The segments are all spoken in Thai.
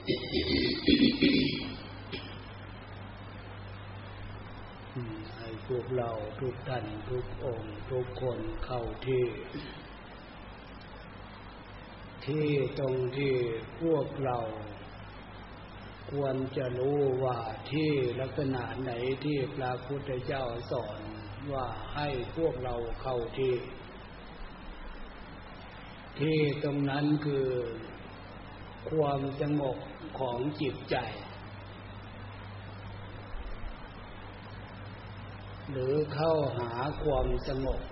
ให้พวกเราทุกท่านทุกองค์ทุกคนเข้าที่ตรงที่พวกเราควรจะรู้ว่าที่ลักษณะไหนที่พระพุทธเจ้าสอนว่าให้พวกเราเข้าที่ตรงนั้นคือความสงบของจิตใจหรือเข้าหาความสงบ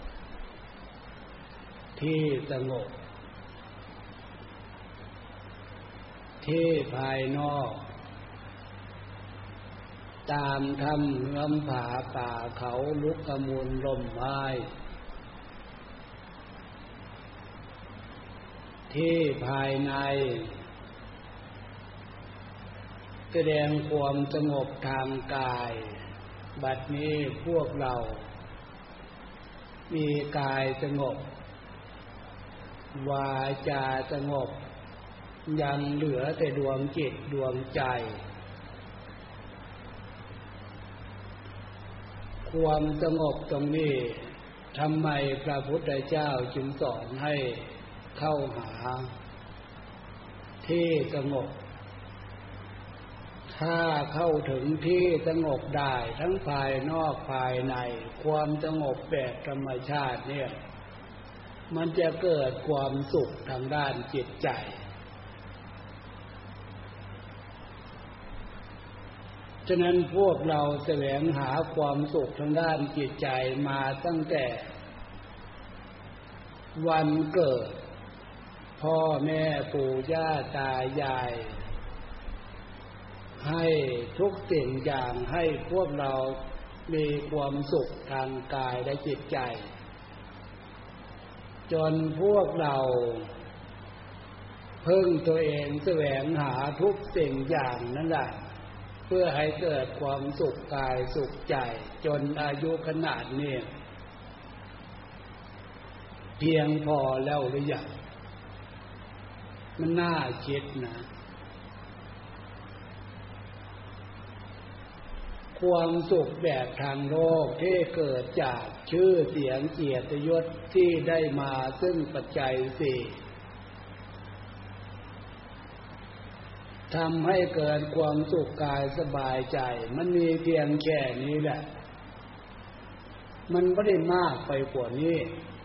ที่สงบที่ภายนอกตามธรรมลำผาป่าเขาลุกขมูลลมพายที่ภายในแสดงความสงบทางกายบัดนี้พวกเรามีกายสงบวาจาสงบยังเหลือแต่ดวงจิตดวงใจความสงบตรงนี้ทำไมพระพุทธเจ้าจึงสอนให้เข้าหาที่สงบถ้าเข้าถึงที่สงบได้ทั้งภายนอกภายในความสงบแบบธรรมชาติเนี่ยมันจะเกิดความสุขทางด้านจิตใจฉะนั้นพวกเราแสวงหาความสุขทางด้านจิตใจมาตั้งแต่วันเกิดพ่อแม่ปู่ย่าตายายให้ทุกสิ่งอย่างให้พวกเรามีความสุขทางกายและจิตใจจนพวกเราพึ่งตัวเองแสวงหาทุกสิ่งอย่างนั่นแหละเพื่อให้เกิดความสุขกายสุขใจจนอายุขนาดนี้เพียงพอแล้วหรือยังมันน่าคิดนะความสุขแบบทางโลกที่เกิดจากชื่อเสียงเกียรติยศที่ได้มาซึ่งปัจจัยสี่ทำให้เกิดความสุขกายสบายใจมันมีเพียงแค่นี้แหละมันไม่ได้มากไปกว่านี้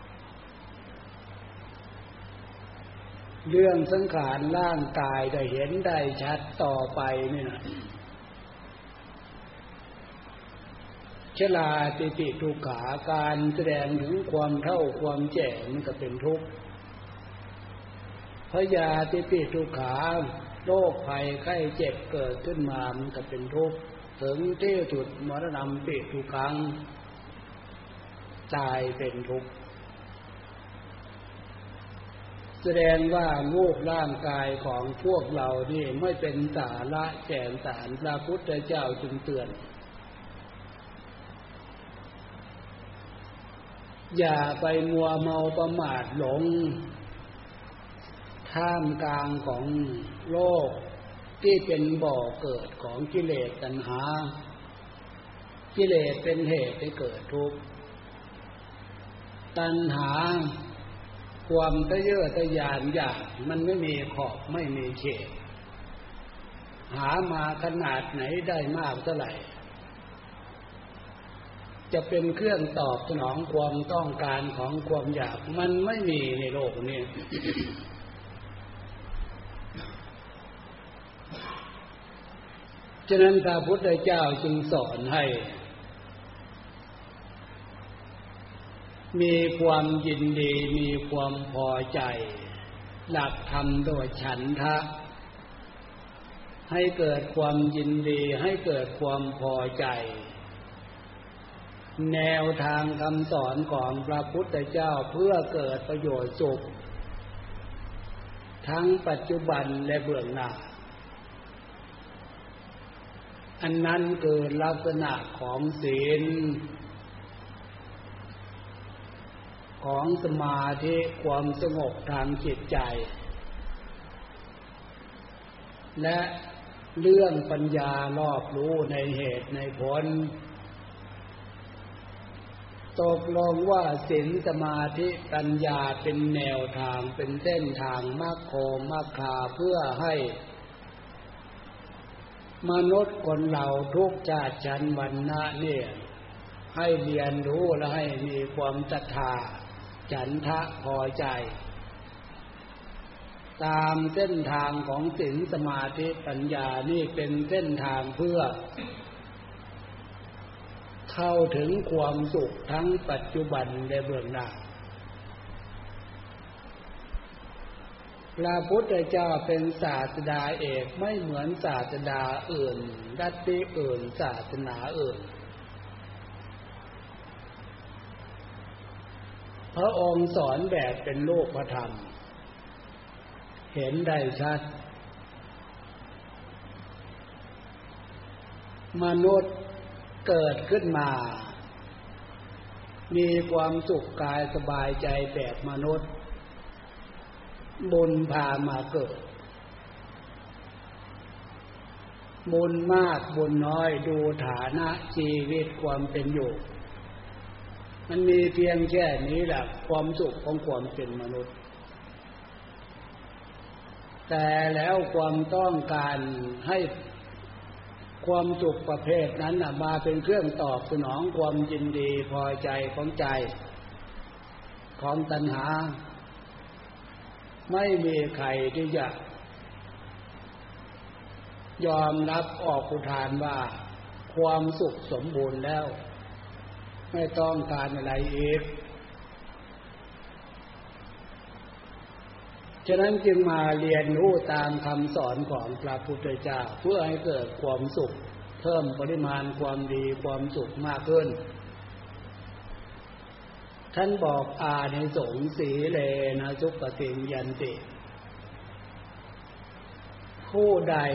เรื่องสังขารร่างกายได้เห็นได้ชัดต่อไปนี่นะชราติติทุกขาการแสดงถึงความเฒ่าความแก่มันก็เป็นทุกข์พยาธิติทุกขาโรคภัยไข้เจ็บเกิดขึ้นมามันก็เป็นทุกข์ถึงที่สุดมรณะปิทุกขังตายเป็นทุกข์แสดงว่ารูปร่างกายของพวกเรานี่ไม่เป็นสาระแก่นสารพระพุทธเจ้าจึงเตือนอย่าไปมัวเมาประมาทหลงท่ามกลางของโลกที่เป็นบ่อเกิดของกิเลสตัณหากิเลสเป็นเหตุให้เกิดทุกข์ตัณหาความทะเยอทะยานอยากมันไม่มีขอบไม่มีเขตหามาขนาดไหนได้มากเท่าไหร่จะเป็นเครื่องตอบสนองความต้องการของความอยากมันไม่มีในโลกนี้ ฉะนั้นพระพุทธเจ้าจึงสอนให้มีความยินดีมีความพอใจหลักธรรมโดยฉันทะให้เกิดความยินดีให้เกิดความพอใจแนวทางคำสอนของพระพุทธเจ้าเพื่อเกิดประโยชน์สุขทั้งปัจจุบันและเบื้องหน้าอันนั้นคือลักษณะของศีลของสมาธิความสงบทางจิตใจและเรื่องปัญญารอบรู้ในเหตุในผลตกลงว่าศีลสมาธิปัญญาเป็นแนวทางเป็นเส้นทางมรรคโคมรรคาเพื่อให้มนุษย์คนเราทุกชาติชั้นวรรณะเนี่ยให้เรียนรู้และให้มีความศรัทธาฉันทะพอใจตามเส้นทางของศีลสมาธิปัญญานี่เป็นเส้นทางเพื่อเข้าถึงความสุขทั้งปัจจุบันและเบื้องหน้าพระพุทธเจ้าเป็นศาสดาเอกไม่เหมือนศาสดาอื่นลัทธิอื่นศาสนาอื่นพระองค์สอนแบบเป็นโลกธรรมเห็นได้ชัดมนุษย์เกิดขึ้นมามีความสุขกายสบายใจแบบมนุษย์บุญพามาเกิดบุญมากบุญน้อยดูฐานะชีวิตความเป็นอยู่มันมีเพียงแค่นี้แหละความสุขของความเป็นมนุษย์แต่แล้วความต้องการให้ความสุขประเภทนั้นมาเป็นเครื่องตอบสนองความยินดีพอใจของใจของตัณหาไม่มีใครที่จะยอมรับออกอุทานว่าความสุขสมบูรณ์แล้วไม่ต้องการอะไรอีกฉะนั้นจึงมาเรียนรู้ตามคำสอนของพระพุทธเจ้าเพื่อให้เกิดความสุขเพิ่มปริมาณความดีความสุขมากขึ้นท่านบอกอานิสงส์สีเลนะสุขติยันติผู้ใด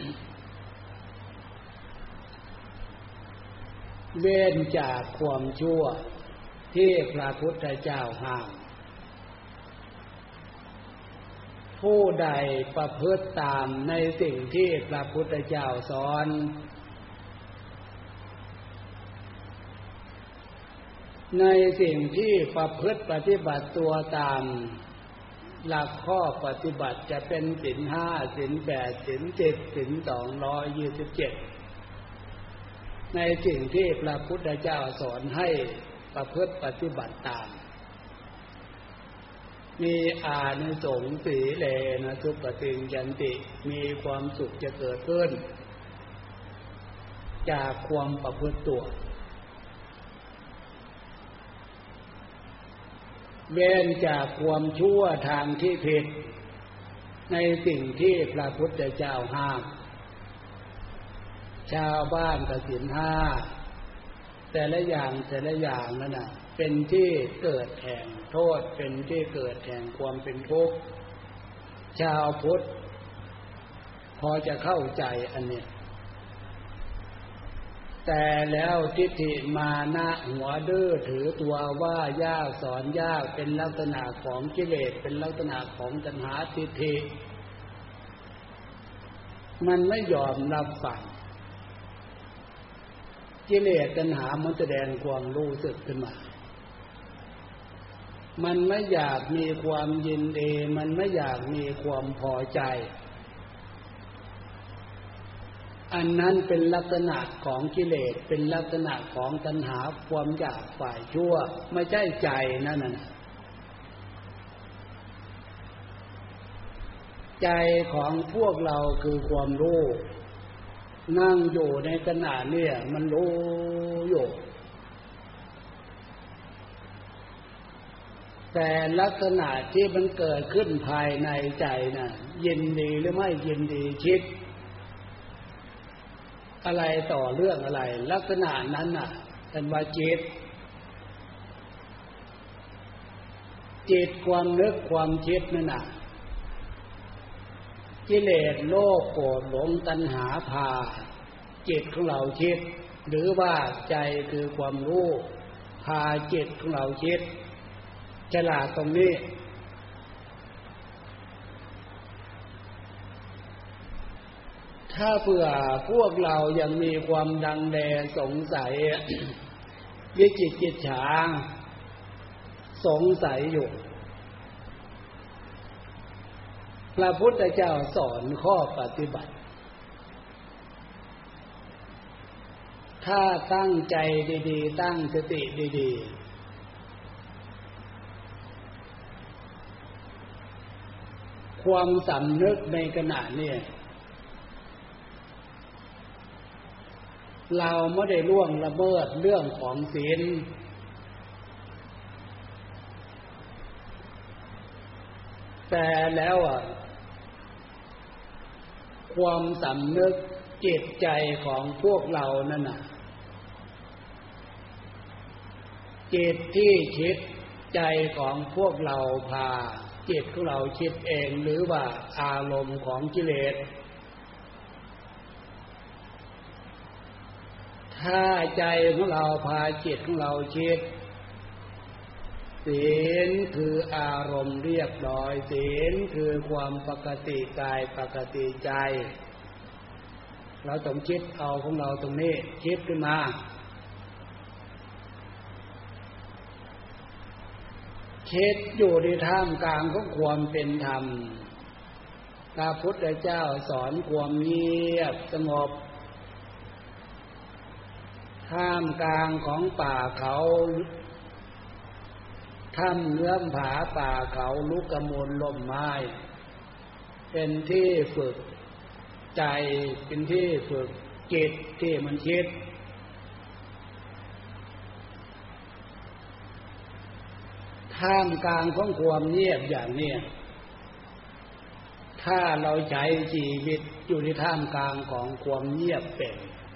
เว้นจากความชั่วที่พระพุทธเจ้าห้ามผู้ใดประพฤติตามในสิ่งที่พระพุทธเจ้าสอนในสิ่งที่ประพฤติปฏิบัติตัวตามหลักข้อปฏิบัติจะเป็นศีล5ศีล8ศีล10ศีล227ในสิ่งที่พระพุทธเจ้าสอนให้ประพฤติปฏิบัติตามมีอานิสงส์สีเลนะสุขติยันติมีความสุขจะเกิดขึ้นจากความประพฤติตัวเว้นจากความชั่วทางที่ผิดในสิ่งที่พระพุทธเจ้าห้ามชาวบ้านก็ศีล5แต่ละอย่างนั่นน่ะเป็นที่เกิดแห่งโทษเป็นที่เกิดแห่งความเป็นทุกข์ชาวพุทธพอจะเข้าใจอันนี้แต่แล้วทิฏฐิมานะหัวดื้อถือตัวว่ายากสอนยากเป็นลักษณะของกิเลสเป็นลักษณะของตัณหาทิฏฐิมันไม่ยอมรับฟังกิเลสตัณหามันแสดงความรู้สึกขึ้นมามันไม่อยากมีความยินดีมันไม่อยากมีความพอใจอันนั้นเป็นลักษณะของกิเลสเป็นลักษณะของตัณหาความอยากฝ่ายชั่วไม่ใช่ใจนั่นน่ะใจของพวกเราคือความรู้นั่งอยู่ในขณะนี้มันรู้อยู่แต่ลักษณะที่มันเกิดขึ้นภายในใจน่ะยินดีหรือไม่ยินดีคิดอะไรต่อเรื่องอะไรลักษณะนั้นน่ะเป็นว่าจิตความนึกความคิดนั่นน่ะกิเลสโลภโกรธหลงตัณหาพาจิตของเราคิดหรือว่าใจคือความรู้พาจิตของเราคิดฉลาดตรงนี้ ฉถ้าเผื่อพวกเรายังมีความดังแดสงสัย วิจิกิจฉาสงสัยอยู่พระพุทธเจ้าสอนข้อปฏิบัติถ้าตั้งใจดีๆตั้งสติดีๆความสำนึกในขณะนี้เราไม่ได้ล่วงละเมิดเรื่องของศีลแต่แล้วความสำนึกจิตใจของพวกเรานั่นน่ะจิตที่คิดใจของพวกเราพาจิตของเราคิดเองหรือว่าอารมณ์ของกิเลสถ้าใจของเราพาจิตของเราคิดศีลคืออารมณ์เรียบร้อยศีลคือความปกติกายปกติใจเราต้องคิดเอาของเราตรงนี้คิดขึ้นมาคิดอยู่ในท่ามกลางของความเป็นธรรมพระพุทธเจ้าสอนความเงียบสงบท่ามกลางของป่าเขาถ้ำเนื้อผาป่าเขาลุกกมูลลมไม้เป็นที่ฝึกใจเป็นที่ฝึกจิตที่มันคิดท่ามกลางของความเงียบอย่างนี้ถ้าเราใช้ชีวิตอยู่ในท่ามกลางของความเงียบเป็น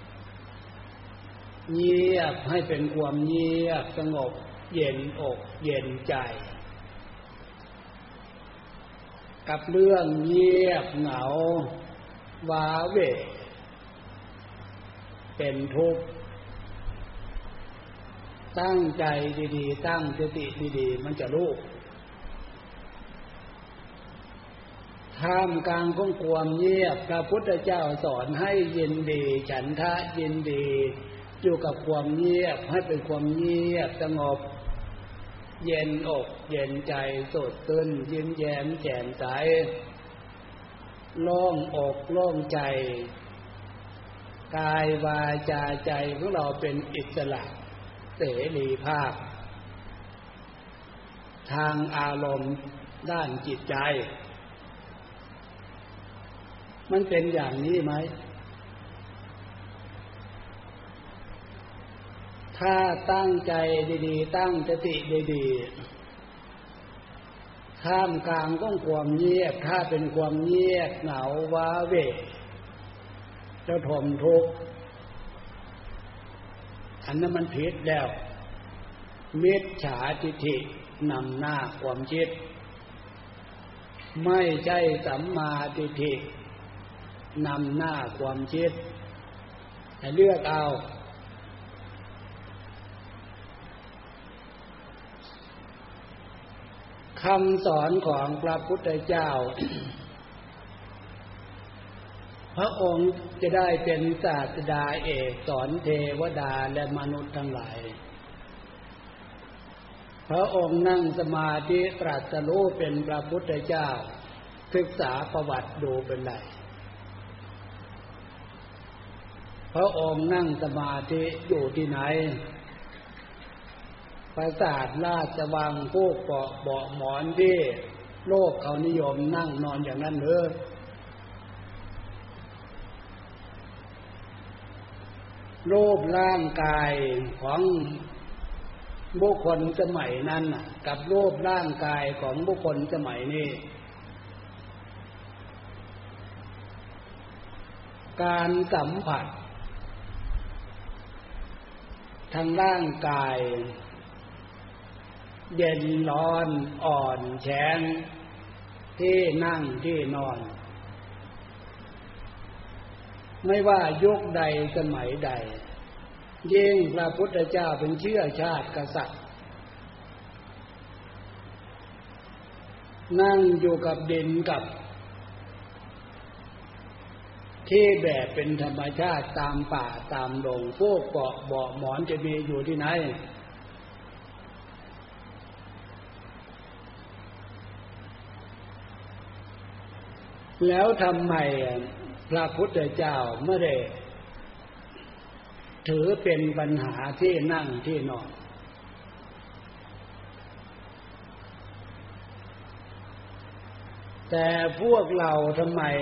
เงียบให้เป็นความเงียบสงบเย็นอกเย็นใจกับเรื่องเงียบเหงาว้าเหวเป็นทุกข์ตั้งใจดีๆตั้งสติดีๆมันจะรู้ท่ามกลางของความเงียบพระพุทธเจ้าสอนให้ยินดีฉันทะยินดีอยู่กับความเงียบให้เป็นความเงียบสงบเย็นอกเย็นใจสดชื่นยิ้มแย้มแจ่มใสโล่งอกโล่งใจกายวาจาใจของเราเป็นอิสระเสรีภาพทางอารมณ์ด้านจิตใจมันเป็นอย่างนี้ไหมถ้าตั้งใจดีๆตั้งสติดีๆท่ามกลางของความเงียบถ้าเป็นความเงียบเหงาว้าเหวจะทนทุกข์อันนั้นมันผิดแล้วมิจฉาทิฏฐินำหน้าความคิดไม่ใช่สัมมาทิฏฐินำหน้าความคิดให้เลือกเอาคำสอนของพระพุทธเจ้า พระองค์จะได้เป็นศาสดาเอกสอนเทวดาและมนุษย์ทั้งหลายพระองค์นั่งสมาธิตรัสรู้เป็นพระพุทธเจ้าศึกษาประวัติดูเป็นไรพระองค์นั่งสมาธิอยู่ที่ไหนปราสาทราชวังพวกเบาะหมอนที่โลกเขานิยมนั่งนอนอย่างนั้นหรือรูปร่างกายของบุคคลสมัยนั้นกับรูปร่างกายของบุคคลสมัยนี้การสัมผัสทางร่างกายเย็นร้อนอ่อนแข็งที่นั่งที่นอนไม่ว่ายุคใดสมัยใดยิ่งพระพุทธเจ้าเป็นเชื้อชาติกษัตริย์นั่งอยู่กับดินกับทที่แบบเป็นธรรมชาติตามป่าตามดงพวกเกาะเบาะหมอนจะมีอยู่ที่ไหนแล้วทำไมพระพุทธเจ้าไม่ได้ถือเป็นปัญหาที่นั่งที่นอนแต่พวกเราทำไม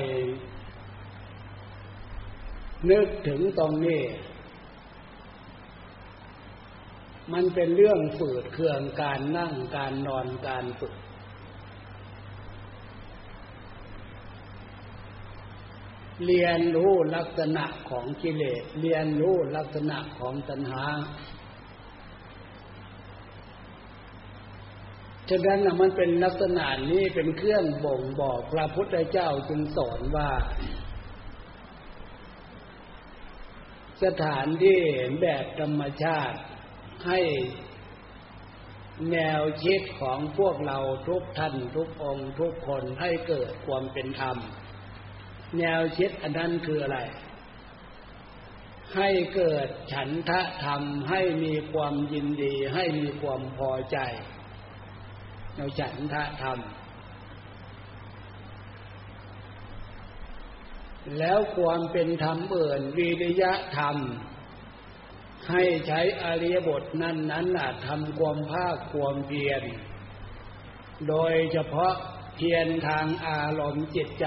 นึกถึงตรงนี้มันเป็นเรื่องฝืดเคืองการนั่งการนอนการฝึกเรียนรู้ลักษณะของกิเลสเรียนรู้ลักษณะของตัณหาฉะนั้นมันเป็นลักษณะนี้เป็นเครื่องบ่งบอกพระพุทธเจ้าจึงสอนว่าสถานที่แบบธรรมชาติให้แนวคิดของพวกเราทุกท่านทุกองค์ทุกคนให้เกิดความเป็นธรรมแนวคิดอันนั้นคืออะไรให้เกิดฉันทะธรรมให้มีความยินดีให้มีความพอใจแนวฉันทะธรรมแล้วความเป็นธรรมอื่นวิริยะธรรมให้ใช้อริยบทนั้นทำความภาคความเพียรโดยเฉพาะเพียรทางอารมณ์จิตใจ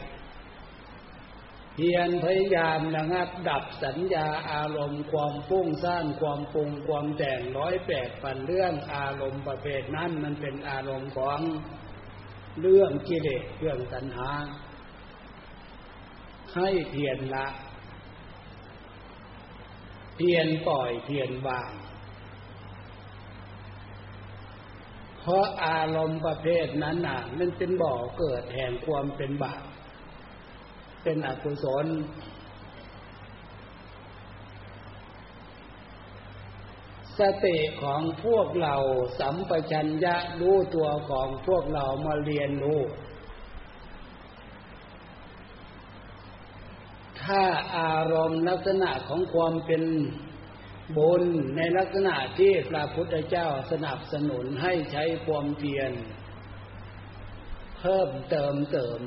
เพียรพยายามระงับดับสัญญาอารมณ์ความฟุ้งซ่านความปรุงความแต่ง108พันเรื่องอารมณ์ประเภทนั้นมันเป็นอารมณ์ของเรื่องกิเลสเรื่องตัณหาให้เพียรละเพียรปล่อยเพียรวางเพราะอารมณ์ประเภทนั้นมันเป็นบ่อเกิดแห่งความเป็นบาปเป็นอกุศลสติของพวกเราสัมปชัญญะรู้ตัวของพวกเรามาเรียนรู้ถ้าอารมณ์ลักษณะของความเป็นบุญในลักษณะที่พระพุทธเจ้าสนับสนุนให้ใช้ความเพียรเพิ่มเติม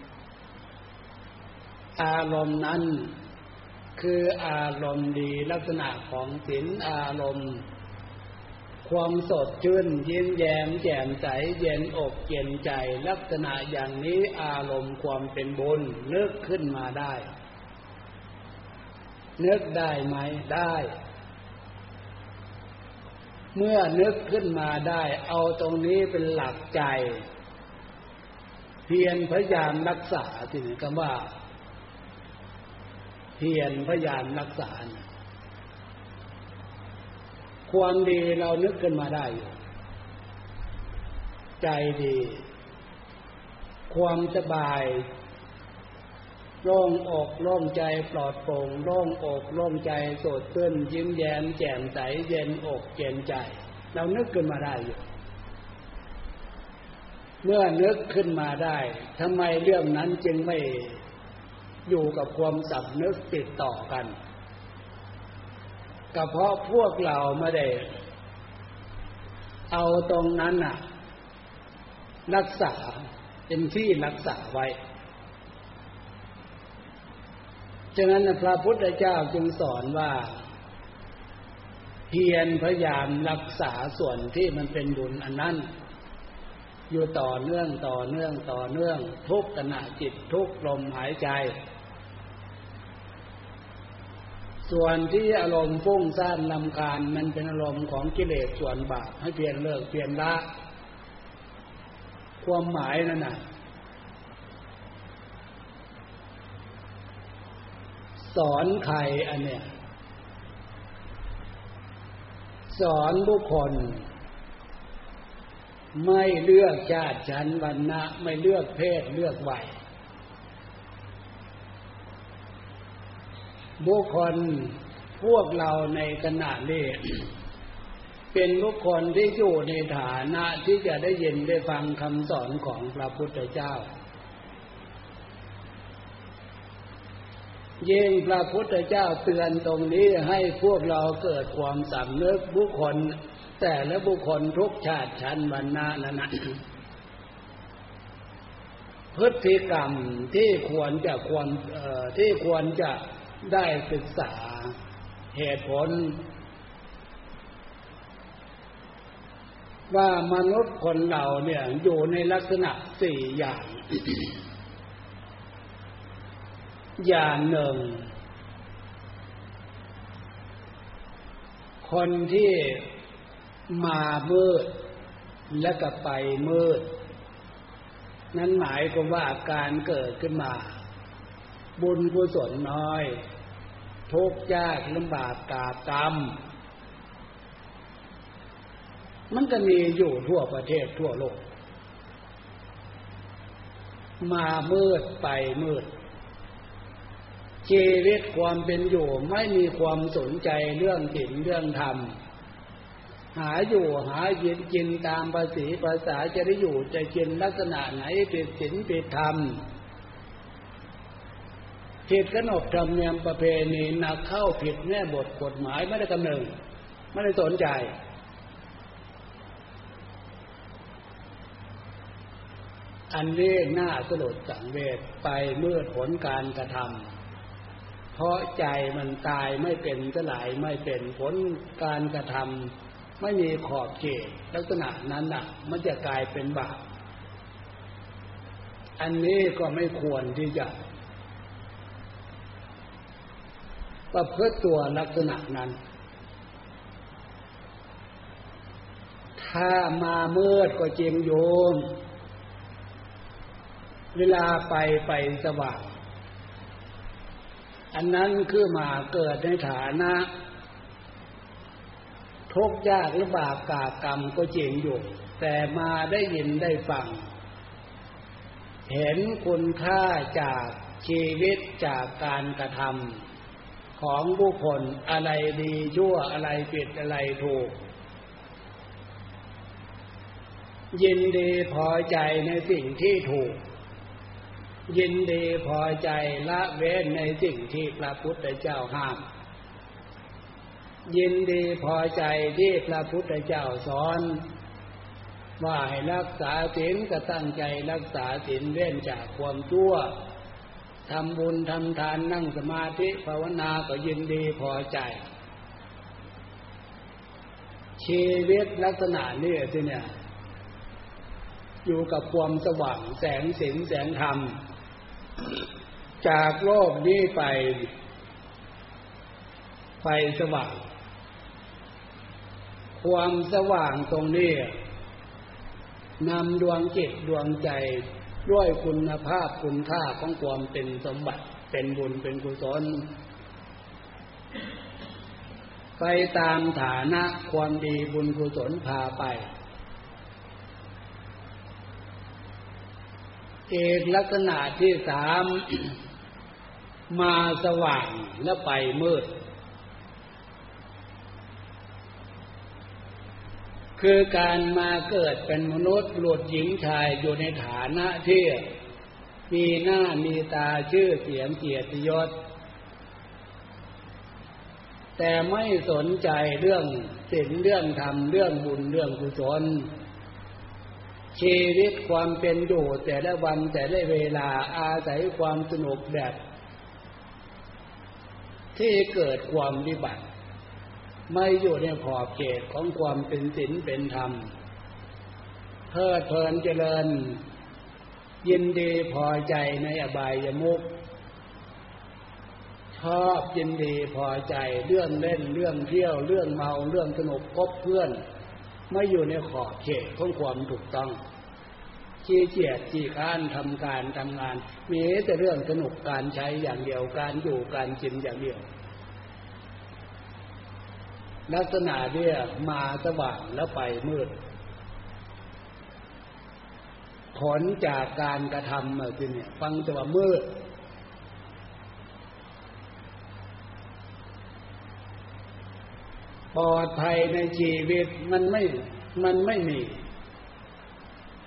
อารมณ์นั้นคืออารมณ์ดีลักษณะของศีลอารมณ์ความสดชื่นยิ้มแย้มแจ่มใสเย็นอกเย็นใจลักษณะอย่างนี้อารมณ์ความเป็นบุญนึกขึ้นมาได้นึกได้ไหมได้เมื่อนึกขึ้นมาได้เอาตรงนี้เป็นหลักใจเพียรพยายามรักษาที่นี่คำว่าเพียรพยายามรักษาความดีเรานึกขึ้นมาได้อยู่ใจดีความสบายโล่งอกโล่งใจปลอดโปร่งโล่งอกโล่งใจสดชื่นยิ้มแย้มแจ่มใสเย็นอกเย็นใจเรานึกขึ้นมาได้อยู่เมื่อนึกขึ้นมาได้ทำไมเรื่องนั้นจึงไม่อยู่กับความสำนึกติดต่อกันก็เพราะพวกเราไม่ได้เอาตรงนั้นรักษาเป็นที่รักษาไว้ฉะนั้นพระพุทธเจ้าจึงสอนว่าเพียรพยายามรักษาส่วนที่มันเป็นบุญอันนั้นอยู่ต่อเนื่องทุกขณะจิตทุกลมหายใจส่วนที่อารมณ์ฟุ้งซ่านรำคาญมันเป็นอารมณ์ของกิเลสส่วนบาปให้เพียรเลิกเพียรละความหมายนั่นสอนใครอันเนี้ยสอนบุคคลไม่เลือกชาติชั้นวรรณะไม่เลือกเพศเลือกวัยบุคคลพวกเราในขณะนี้ เป็นบุคคลที่อยู่ในฐานะที่จะได้ยินได้ฟังคำสอนของพระพุทธเจ้ายิ่งพระพุทธเจ้าเตือนตรงนี้ให้พวกเราเกิดความสำนึกบุคคลแต่ละบุคคลทุกชาติชั้นวรรณะนั้นพฤติกรรมที่ควรจะได้ศึกษาเหตุผลว่ามนุษย์คนเราเนี่ยอยู่ในลักษณะ4อย่าง อย่างหนึ่งคนที่มามืดแล้วก็ไปมืดนั้นหมายความว่าการเกิดขึ้นมาบุญกุศลน้อยทุกข์ยากลำบากกาบกรรมมันก็มีอยู่ทั่วประเทศทั่วโลกมามืดไปมืดชีวิตความเป็นอยู่ไม่มีความสนใจเรื่องศีลเรื่องธรรมหาอยู่หากินตามภาษาจะได้อยู่จะกินลักษณะไหนผิดศีลผิดธรรมผิดขนบธรรมเนียมประเพณีหนักเข้าผิดแง่บทกฎหมายไม่ได้คำนึงไม่ได้สนใจอันนี้น่าสลดสังเวชไปเมื่อผลการกระทำเพราะใจมันตายไม่เป็นสลายไม่เป็นผลการกระทำไม่มีขอบเขตลักษณะนั้นน่ะมันจะกลายเป็นบาปอันนี้ก็ไม่ควรที่จะประพฤติตัวลักษณะนั้นถ้ามามืดก็จริงโยมเวลาไปสว่างอันนั้นคือมาเกิดในฐานะทุกข์ยากลำบากกาบกรรมก็จริงอยู่แต่มาได้ยินได้ฟังเห็นคุณค่าจากชีวิตจากการกระทำของบุคคลอะไรดีชั่วอะไรผิดอะไรถูกยินดีพอใจในสิ่งที่ถูกยินดีพอใจละเว้นในสิ่งที่พระพุทธเจ้าห้ามยินดีพอใจที่พระพุทธเจ้าสอนว่าให้รักษาศีลก็ตั้งใจรักษาศีลเว้นจากความชั่วทำบุญทำทานนั่งสมาธิภาวนาก็ยินดีพอใจชีวิตลักษณะนี้สิเนี่ยอยู่กับความสว่างแสงศีลแสงธรรมจากโลกนี้ไปสว่างความสว่างตรงนี้นำดวงจิตดวงใจด้วยคุณภาพคุณค่าของความเป็นสมบัติเป็นบุญเป็นกุศลไปตามฐานะความดีบุญกุศลพาไปเอกลักษณะที่3มาสว่างแล้วไปมืดคือการมาเกิดเป็นมนุษย์หลุดหญิงชายอยู่ในฐานะที่มีหน้ามีตาชื่อเสียงเกียรติยศแต่ไม่สนใจเรื่องศีลเรื่องธรรมเรื่องบุญเรื่องกุศลชีวิตความเป็นอยู่แต่ละวันแต่ละเวลาอาศัยความสนุกแบบที่เกิดความวิบัติไม่อยู่ในขอบเขตของความเป็นศีลเป็นธรรมเพลิดเพลินเจริญยินดีพอใจในอบายมุขชอบยินดีพอใจเรื่องเล่นเรื่องเที่ยวเรื่องเมาเรื่องสนุกคบเพื่อนไม่อยู่ในขอบเขตของความถูกต้องขี้เกียจขี้ค้านทำการทำงานมีแต่เรื่องสนุกการใช้อย่างเดียวการอยู่การกินอย่างเดียวลักษณะเนี่ยมาสว่างแล้วไปมืดผลจากการกระทำคือเนี่ยฟังแต่ว่ามืดปลอดภัยในชีวิตมันไม่มี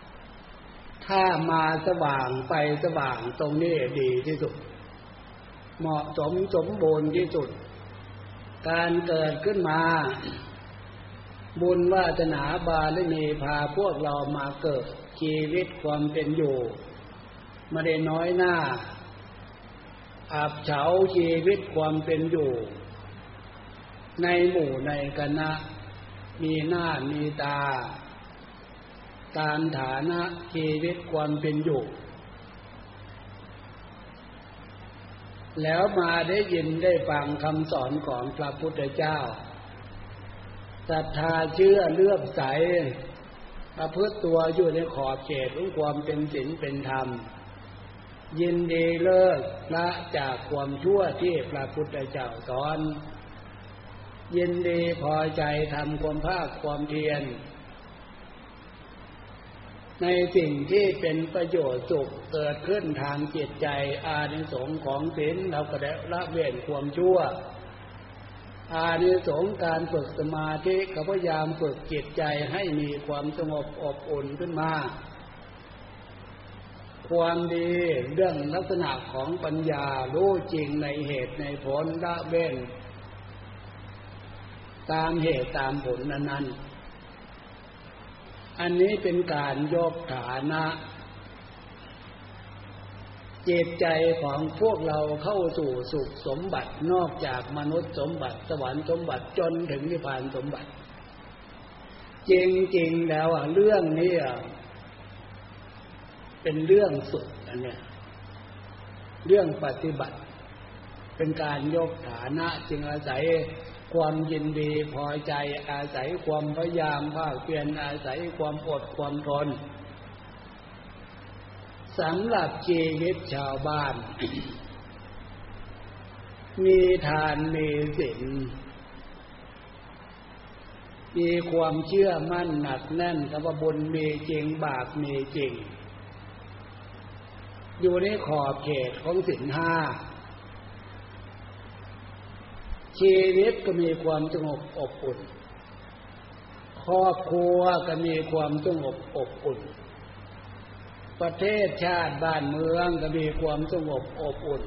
ถ้ามาสว่างไปสว่างตรงนี้ดีที่สุดเหมาะสมสมบูรณ์ที่สุดการเกิดขึ้นมาบุญวาสนาบารมีพาพวกเรามาเกิดชีวิตความเป็นอยู่ไม่ได้น้อยหน้าอับเฉาชีวิตความเป็นอยู่ในหมู่ในคณะมีหน้ามีตาตามฐานะชีวิตความเป็นอยู่แล้วมาได้ยินได้ฟังคำสอนของพระพุทธเจ้าศรัทธาเชื่อเลื่อมใสประพฤติตัวอยู่ในขอบเขตของความเป็นศีลเป็นธรรมยินดีเลิกละจากความชั่วที่พระพุทธเจ้าสอนยินดีพอใจทำความภาคความเพียรในสิ่งที่เป็นประโยชน์สุขเกิดขึ้นทางจิตใจอานิสงส์ของศีลเราก็ได้ละเว้นความชั่วอานิสงส์การฝึกสมาธิก็พยายามฝึกจิตใจให้มีความสงบอบอุ่นขึ้นมาความดีเรื่องลักษณะของปัญญารู้จริงในเหตุในผลละเว้นตามเหตุตามผลนั้นอันนี้เป็นการยกฐานะจิตใจของพวกเราเข้าสู่สุขสมบัตินอกจากมนุษย์สมบัติสวรรค์สมบัติจนถึงนิพพานสมบัติจริงๆแล้วเรื่องนี้เป็นเรื่องสุดอันเนี้ยเรื่องปฏิบัติเป็นการยกฐานะจึงอาศัยความยินดีพอใจอาศัยความพยายามภาคเพียรอาศัยความอดความทนสำหรับชีวิตชาวบ้าน มีทานมีศีลมีความเชื่อมั่นหนักแน่นว่าบุญมีจริงบาปมีจริงอยู่ในขอบเขตของศีลห้าชีวิตก็มีความสงบอบอุ่นครอบครัวก็มีความสงบอบอุ่นประเทศชาติบ้านเมืองก็มีความสงบอบอุ่น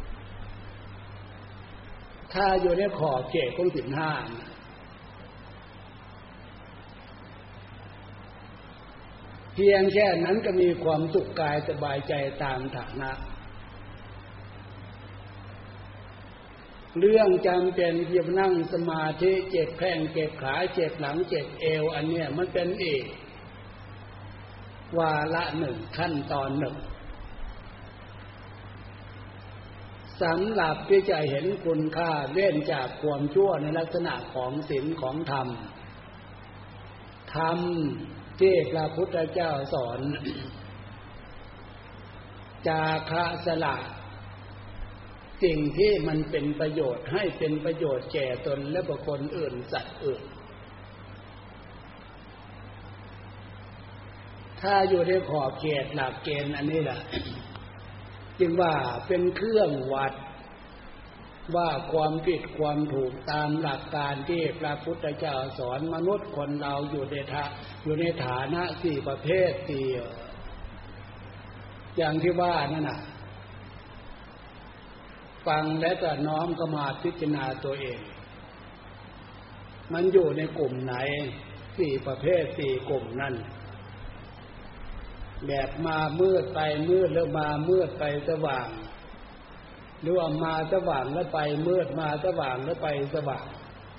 ถ้าอยู่ในขอบเขตของศีลห้าเพียงแค่นั้นก็มีความสุขกายสบายใจตามฐานะเรื่องจำเป็นที่จะนั่งสมาธิเจ็บแข้งเจ็บขาเจ็บหลังเจ็บเอวอันเนี้ยมันเป็นอีกวาระหนึ่งขั้นตอนหนึ่งสำหรับที่จะเห็นคุณค่าเว้นจากความชั่วในลักษณะของศีลของธรรมที่พระพุทธเจ้าสอนจาคะสละสิ่งที่มันเป็นประโยชน์ให้เป็นประโยชน์แก่ตนและบุคคลอื่นสัตว์อื่นถ้าอยู่ในขอบเขตหลักเกณฑ์อันนี้แหละจึงว่าเป็นเครื่องวัดว่าความผิดความถูกตามหลักการที่พระพุทธเจ้าสอนมนุษย์คนเราอยู่ในฐานะสี่ประเภทสี่อย่างที่ว่านั่นน่ะฟังและก็น้อมเข้ามาพิจารณาตัวเองมันอยู่ในกลุ่มไหนสี่ประเภทสี่กลุ่มนั่นแบบมามืดไปมืดแล้วมามืดไปสว่างหรือว่ามาสว่างแล้วไปมืดมาสว่างแล้วไปสว่าง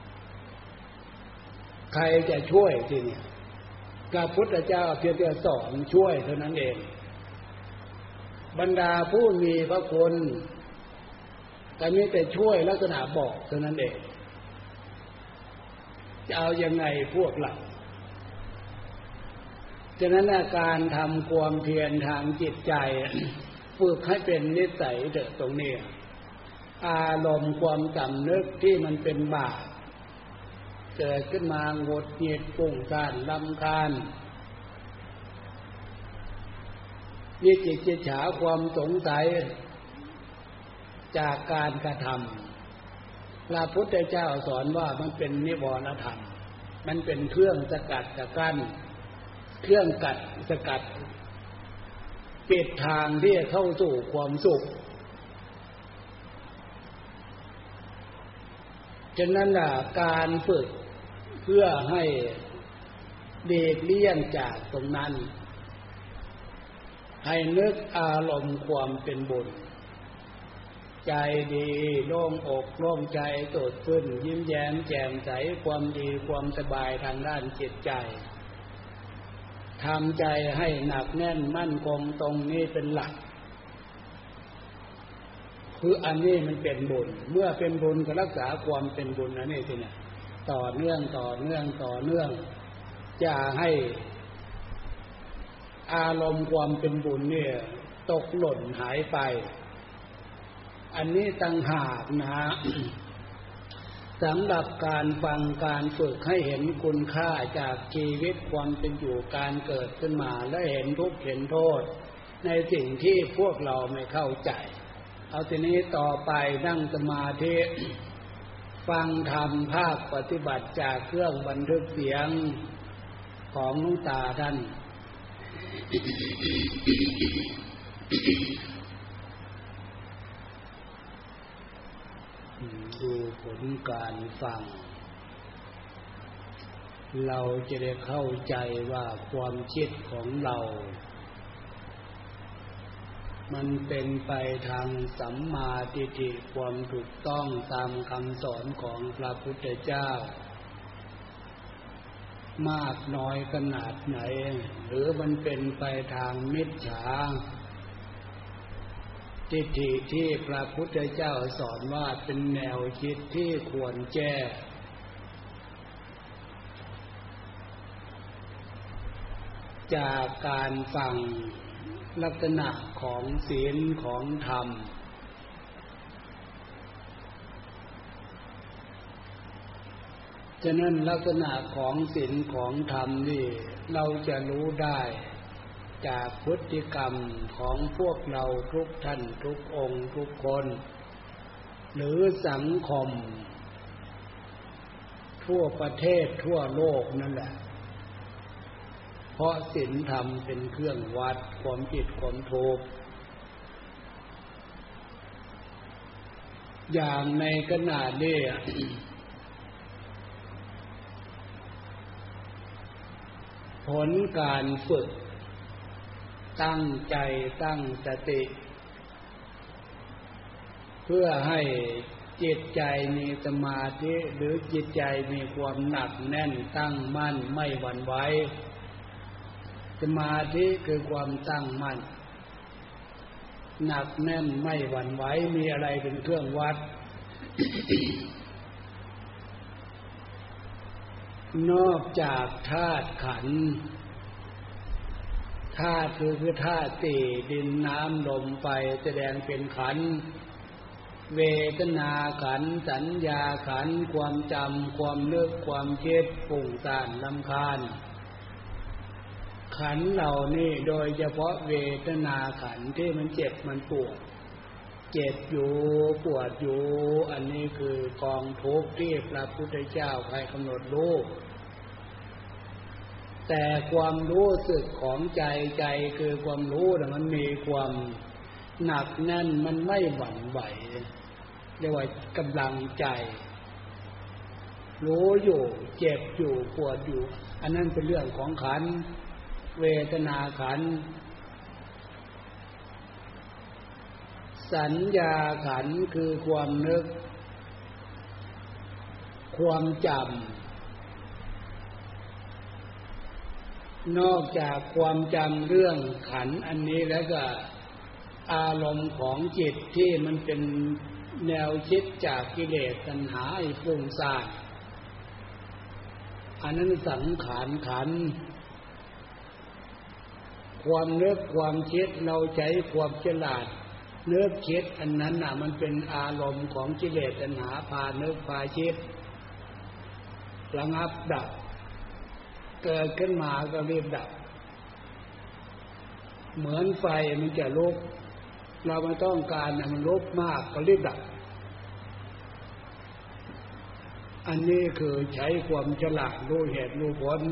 ใครจะช่วยทีนี้พระพุทธเจ้าเพียงแต่สอนช่วยเท่านั้นเองบรรดาผู้มีพระคุณแต่มีแต่ช่วยลักษณะบอกเท่านั้นเองจะเอายังไงพวกเราฉะนั้นการทำความเพียรทางจิตใจฝึกให้เป็นนิสัยเถอะตรงนี้อารมณ์ความสำนึกที่มันเป็นบาปเกิดขึ้นมาหงุดหงิดฟุ้งซ่านรำคาญวิจิกิจฉาความสงสัยจากการกระทำพระพุทธเจ้าสอนว่ามันเป็นนิวรณธรรมมันเป็นเครื่องสกัดกั้นเครื่องกัดสกัดปิดทางที่เข้าสู่ความสุขฉะนั้นการฝึกเพื่อให้เด็กเลี่ยงจากตรงนั้นให้นึกอารมณ์ความเป็นบุญใจดีโล่งอกโล่งใจสดชื่นยิ้มแย้มแจ่มใสความดีความสบายทางด้านจิตใจทำใจให้หนักแน่นมั่นคงตรงนี้เป็นหลักคืออันนี้มันเป็นบุญเมื่อเป็นบุญก็รักษาความเป็นบุญอันนี้สิเนี่ยต่อเนื่องจะให้อารมณ์ความเป็นบุญเนี่ยตกหล่นหายไปอันนี้ต่างหากนะ สำหรับการฟังการฝึกให้เห็นคุณค่าจากชีวิตความเป็นอยู่การเกิดขึ้นมาและเห็นทุกข์เห็นโทษในสิ่งที่พวกเราไม่เข้าใจเอาทีนี้ต่อไปนั่งสมาธิฟังธรรมภาคปฏิบัติจากเครื่องบันทึกเสียงของหลวงตาท่านดูผลการฟังเราจะได้เข้าใจว่าความคิดของเรามันเป็นไปทางสัมมาทิฏฐิความถูกต้องตามคำสอนของพระพุทธเจ้ามากน้อยขนาดไหนหรือมันเป็นไปทางมิจฉาทิฏฐิที่พระพุทธเจ้าสอนว่าเป็นแนวคิดที่ควรแก้จากการฟังลักษณะของศีลของธรรมฉะนั้นลักษณะของศีลของธรรมนี่เราจะรู้ได้จากพฤติกรรมของพวกเราทุกท่านทุกองค์ทุกคนหรือสังคมทั่วประเทศทั่วโลกนั่นแหละเพราะศีลธรรมเป็นเครื่องวัดความผิดความถูกอย่างในขณะนี้ ผลการฝึกตั้งใจตั้งสติเพื่อให้จิตใจมีสมาธิหรือจิตใจมีความหนักแน่นตั้งมั่นไม่หวั่นไหวสมาธิคือความตั้งมั่นหนักแน่นไม่หวั่นไหวมีอะไรเป็นเครื่องวัด นอกจากธาตุขันธ์ธาตุคือธาตุสี่ดินน้ำลมไฟแสดงเป็นขันธ์เวทนาขันธ์สัญญาขันธ์ความจำความนึกความคิดฟุ้งซ่านรำคาญขันธ์เหล่านี้โดยเฉพาะเวทนาขันธ์ที่มันเจ็บมันปวดเจ็บอยู่ปวดอยู่อันนี้คือกองทุกข์ที่พระพุทธเจ้าให้กำหนดรู้แต่ความรู้สึกของใจคือความรู้น่ะมันมีความหนักแน่นมันไม่หวั่นไหวเรียกว่ากำลังใจรู้อยู่เจ็บอยู่ปวดอยู่อันนั้นเป็นเรื่องของขันธ์เวทนาขันธ์สัญญาขันธ์คือความนึกความจำนอกจากความจำเรื่องขันธ์อันนี้แล้วก็อารมณ์ของจิตที่มันเป็นแนวคิดจากกิเลสตัณหาฟุ้งซ่านอันนั้นสังขารขันธ์ความนึกความคิดเราใช้ความฉลาดนึกคิดอันนั้นน่ะมันเป็นอารมณ์ของกิเลสตัณหาพานึกพาคิดระงับดับเกิดขึ้นมาก็รีบดับเหมือนไฟมันจะลุกเราไม่ต้องการให้มันลุกมากก็รีบดับอันนี้คือใช้ความฉลาดรู้เหตุรู้ผล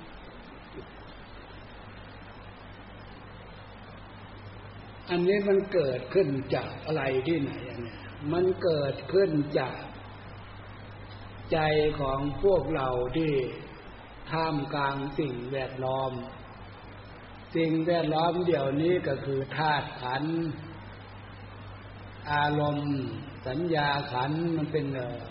อันนี้มันเกิดขึ้นจากอะไรที่ไหนอันนี้มันเกิดขึ้นจากใจของพวกเราที่ท่ามกลางสิ่งแวดล้อมสิ่งแวดล้อมเดี๋ยวนี้ก็คือธาตุขันธ์อารมณ์สัญญาขันธ์มันเป็น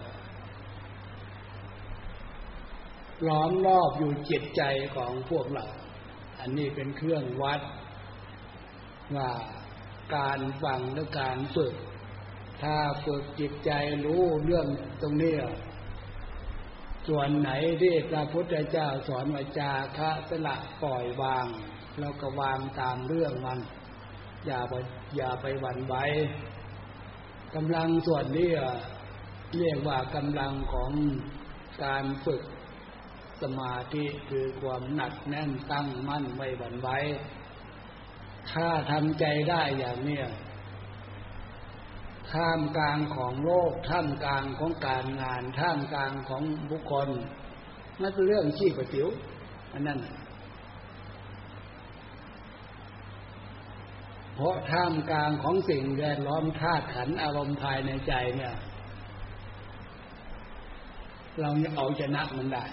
ล้อมรอบอยู่จิตใจของพวกเราอันนี้เป็นเครื่องวัดว่าการฟังและการฝึกถ้าฝึกจิตใจรู้เรื่องตรงนี้ส่วนไหนที่พระพุทธเจ้าสอนว่าจาคะสละปล่อยวางเราก็วางตามเรื่องมันอย่าไปหวั่นไหวกำลังส่วนนี้เรียกว่ากำลังของการฝึกสมาธิคือความหนักแน่นตั้งมั่นไม่หวั่นไหวถ้าทำใจได้อย่างนี้ท่ามกลางของโลกท่ามกลางของการงานท่ามกลางของบุคคลนั่นเป็นเรื่องขี้ประติ๋วอันนั้นเพราะท่ามกลางของสิ่งแวดล้อมธาตุขันธ์อารมณ์ภายในใจเนี่ยเราเอาชนะมันได้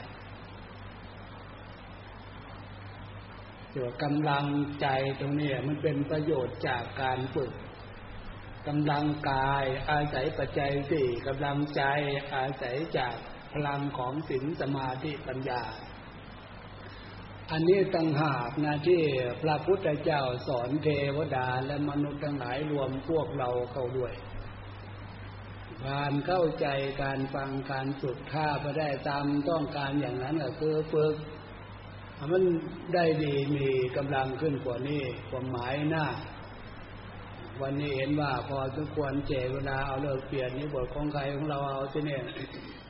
แต่ว่ากำลังใจตรงนี้มันเป็นประโยชน์จากการฝึกกำลังกายอาศัยปัจจัยสี่กำลังใจอาศัยจากพลังของศีลสมาธิปัญญาอันนี้ต่างหากนะที่พระพุทธเจ้าสอนเทวดาและมนุษย์ทั้งหลายรวมพวกเราเข้าด้วยการเข้าใจการฟังการฝึกถ้าไปได้ตามต้องการอย่างนั้นก็คือฝึกมันได้ดีมีกำลังขึ้นกว่านี้ความหมายหน้าวันนี้เห็นว่าพอสมควรเจเวลาเอาเลิกเปลี่ยนนี้บทของใครของเราเอาสิเนี่ย